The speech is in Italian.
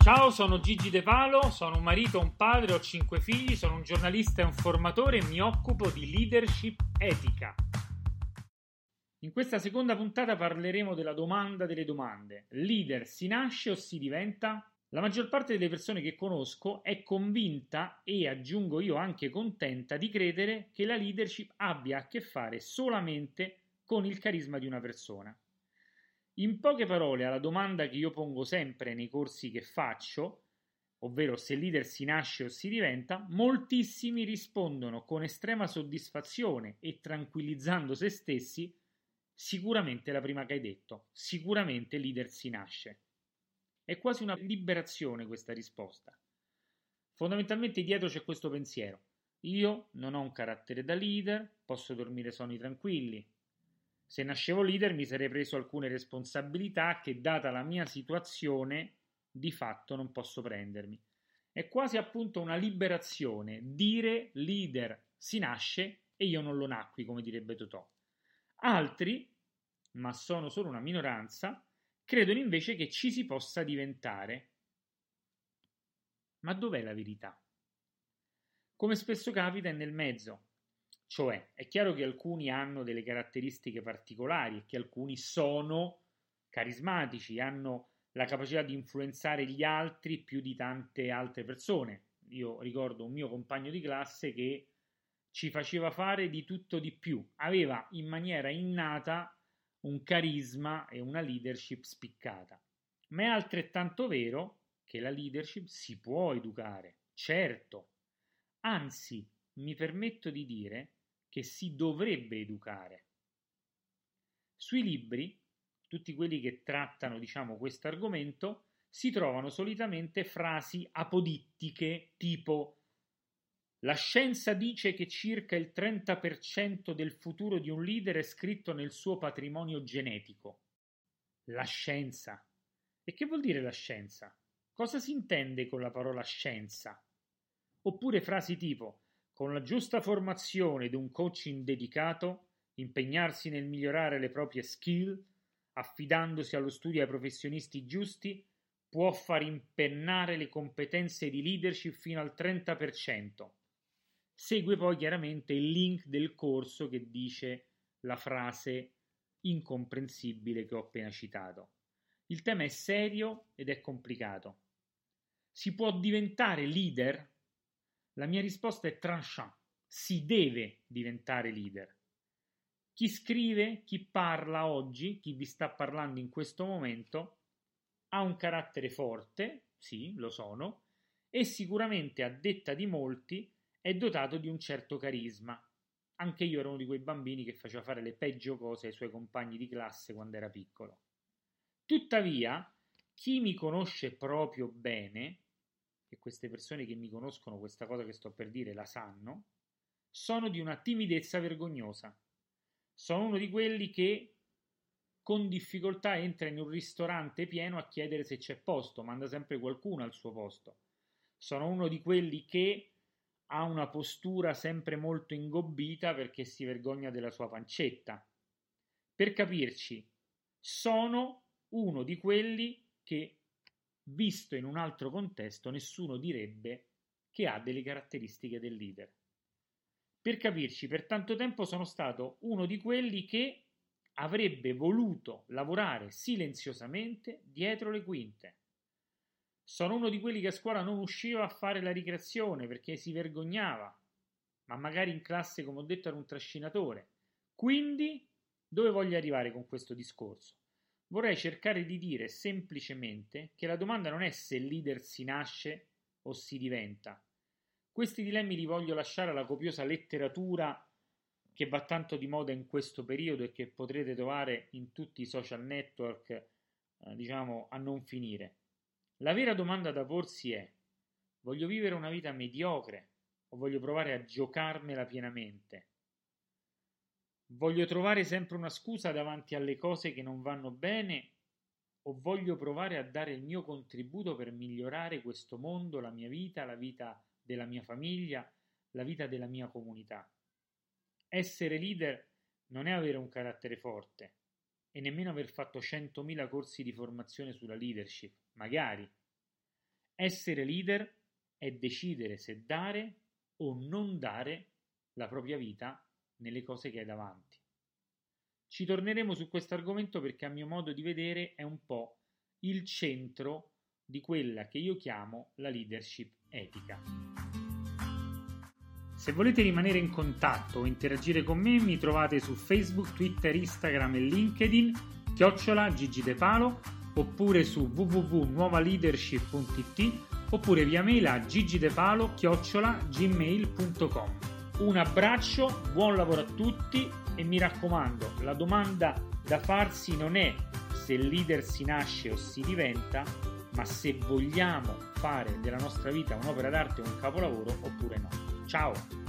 Ciao, sono Gigi De Palo, sono un marito, un padre, ho 5 figli, sono un giornalista e un formatore e mi occupo di leadership etica. In questa seconda puntata parleremo della domanda delle domande. Leader si nasce o si diventa? La maggior parte delle persone che conosco è convinta e, aggiungo io, anche contenta di credere che la leadership abbia a che fare solamente con il carisma di una persona. In poche parole, alla domanda che io pongo sempre nei corsi che faccio, ovvero se leader si nasce o si diventa, moltissimi rispondono con estrema soddisfazione e tranquillizzando se stessi: sicuramente la prima che hai detto, sicuramente leader si nasce. È quasi una liberazione questa risposta. Fondamentalmente dietro c'è questo pensiero: io non ho un carattere da leader, posso dormire sonni tranquilli. Se nascevo leader mi sarei preso alcune responsabilità che, data la mia situazione, di fatto non posso prendermi. È quasi appunto una liberazione dire leader si nasce e io non lo nacqui, come direbbe Totò. Altri, ma sono solo una minoranza, credono invece che ci si possa diventare. Ma dov'è la verità? Come spesso capita, è nel mezzo. Cioè, è chiaro che alcuni hanno delle caratteristiche particolari e che alcuni sono carismatici, hanno la capacità di influenzare gli altri più di tante altre persone. Io ricordo un mio compagno di classe che ci faceva fare di tutto di più, aveva in maniera innata un carisma e una leadership spiccata. Ma è altrettanto vero che la leadership si può educare, certo, anzi, mi permetto di dire che si dovrebbe educare. Sui libri, tutti quelli che trattano, diciamo, questo argomento, si trovano solitamente frasi apodittiche tipo: la scienza dice che circa il 30% del futuro di un leader è scritto nel suo patrimonio genetico. La scienza. E che vuol dire la scienza? Cosa si intende con la parola scienza? Oppure frasi tipo: con la giusta formazione ed un coaching dedicato, impegnarsi nel migliorare le proprie skill, affidandosi allo studio ai professionisti giusti, può far impennare le competenze di leadership fino al 30%. Segue poi chiaramente il link del corso che dice la frase incomprensibile che ho appena citato. Il tema è serio ed è complicato. Si può diventare leader? La mia risposta è tranchant. Si deve diventare leader. Chi scrive, chi parla oggi, chi vi sta parlando in questo momento, ha un carattere forte, sì, lo sono, e sicuramente, a detta di molti, è dotato di un certo carisma. Anche io ero uno di quei bambini che faceva fare le peggio cose ai suoi compagni di classe quando era piccolo. Tuttavia, chi mi conosce proprio bene, e queste persone che mi conoscono questa cosa che sto per dire la sanno, sono di una timidezza vergognosa. Sono uno di quelli che con difficoltà entra in un ristorante pieno a chiedere se c'è posto, manda sempre qualcuno al suo posto. Sono uno di quelli che ha una postura sempre molto ingobbita perché si vergogna della sua pancetta. Per capirci, sono uno di quelli che, visto in un altro contesto, nessuno direbbe che ha delle caratteristiche del leader. Per capirci, per tanto tempo sono stato uno di quelli che avrebbe voluto lavorare silenziosamente dietro le quinte. Sono uno di quelli che a scuola non usciva a fare la ricreazione perché si vergognava, ma magari in classe, come ho detto, era un trascinatore. Quindi, dove voglio arrivare con questo discorso? Vorrei cercare di dire semplicemente che la domanda non è se il leader si nasce o si diventa. Questi dilemmi li voglio lasciare alla copiosa letteratura che va tanto di moda in questo periodo e che potrete trovare in tutti i social network, diciamo, a non finire. La vera domanda da porsi è: voglio vivere una vita mediocre o voglio provare a giocarmela pienamente? Voglio trovare sempre una scusa davanti alle cose che non vanno bene o voglio provare a dare il mio contributo per migliorare questo mondo, la vita della mia famiglia, la vita della mia comunità? Essere leader non è avere un carattere forte e nemmeno aver fatto 100.000 corsi di formazione sulla leadership, magari, Essere leader è decidere se dare o non dare la propria vita nelle cose che hai davanti. Ci torneremo su questo argomento perché a mio modo di vedere è un po' il centro di quella che io chiamo la leadership etica. Se volete rimanere in contatto o interagire con me, mi trovate su Facebook, Twitter, Instagram e LinkedIn, @GigiDePalo, oppure su www.nuovaleadership.it, oppure via mail a gigidepalo@gmail.com. Un abbraccio, buon lavoro a tutti e mi raccomando, la domanda da farsi non è se leader si nasce o si diventa, ma se vogliamo fare della nostra vita un'opera d'arte o un capolavoro oppure no. Ciao!